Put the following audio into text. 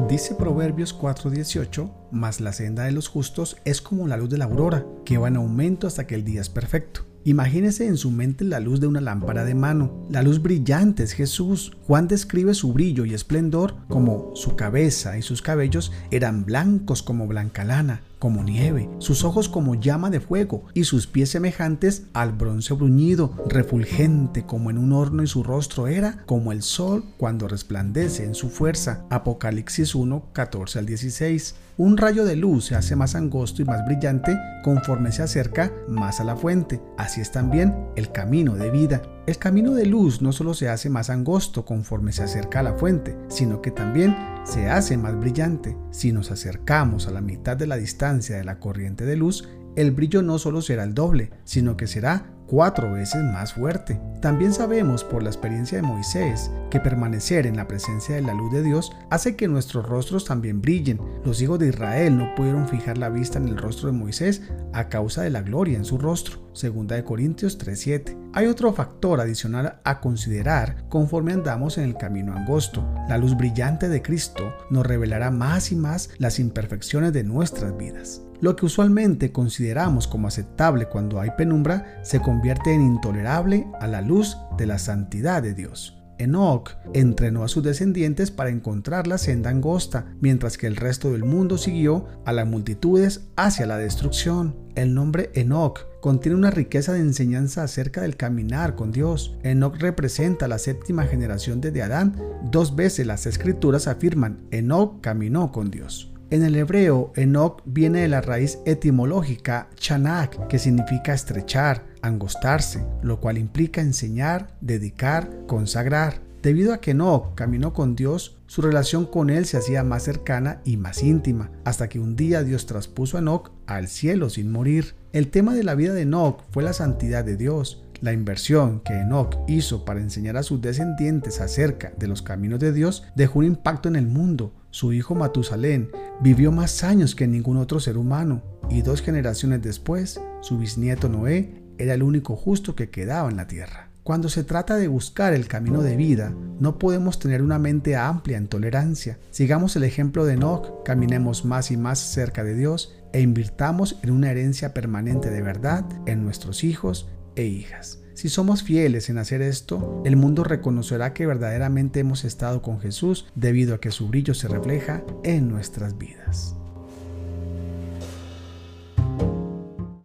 Dice Proverbios 4:18, mas la senda de los justos es como la luz de la aurora, que va en aumento hasta que el día es perfecto. Imagínese en su mente la luz de una lámpara de mano. La luz brillante es Jesús. Juan describe su brillo y esplendor como su cabeza y sus cabellos eran blancos como blanca lana, como nieve, sus ojos como llama de fuego y sus pies semejantes al bronce bruñido, refulgente como en un horno, y su rostro era como el sol cuando resplandece en su fuerza. Apocalipsis 1:14-16. Un rayo de luz se hace más angosto y más brillante conforme se acerca más a la fuente. Así es también el camino de vida. El camino de luz no solo se hace más angosto conforme se acerca a la fuente, sino que también se hace más brillante. Si nos acercamos a la mitad de la distancia de la corriente de luz, el brillo no solo será el doble, sino que será 4 veces más fuerte. También sabemos por la experiencia de Moisés que permanecer en la presencia de la luz de Dios hace que nuestros rostros también brillen. Los hijos de Israel no pudieron fijar la vista en el rostro de Moisés a causa de la gloria en su rostro. 2 Corintios 3:7. Hay otro factor adicional a considerar conforme andamos en el camino angosto. La luz brillante de Cristo nos revelará más y más las imperfecciones de nuestras vidas. Lo que usualmente consideramos como aceptable cuando hay penumbra se convierte en intolerable a la luz de la santidad de Dios. Enoc entrenó a sus descendientes para encontrar la senda angosta, mientras que el resto del mundo siguió a las multitudes hacia la destrucción. El nombre Enoc contiene una riqueza de enseñanza acerca del caminar con Dios. Enoc representa la 7ª generación desde Adán. 2 veces las escrituras afirman: Enoc caminó con Dios. En el hebreo, Enoc viene de la raíz etimológica chanak, que significa estrechar, angostarse, lo cual implica enseñar, dedicar, consagrar. Debido a que Enoc caminó con Dios, su relación con Él se hacía más cercana y más íntima, hasta que un día Dios traspuso a Enoc al cielo sin morir. El tema de la vida de Enoc fue la santidad de Dios. La inversión que Enoc hizo para enseñar a sus descendientes acerca de los caminos de Dios dejó un impacto en el mundo. Su hijo Matusalén vivió más años que ningún otro ser humano, y 2 generaciones después, su bisnieto Noé era el único justo que quedaba en la tierra. Cuando se trata de buscar el camino de vida, no podemos tener una mente amplia en tolerancia. Sigamos el ejemplo de Enoc, caminemos más y más cerca de Dios e invirtamos en una herencia permanente de verdad en nuestros hijos e hijas. Si somos fieles en hacer esto, el mundo reconocerá que verdaderamente hemos estado con Jesús debido a que su brillo se refleja en nuestras vidas.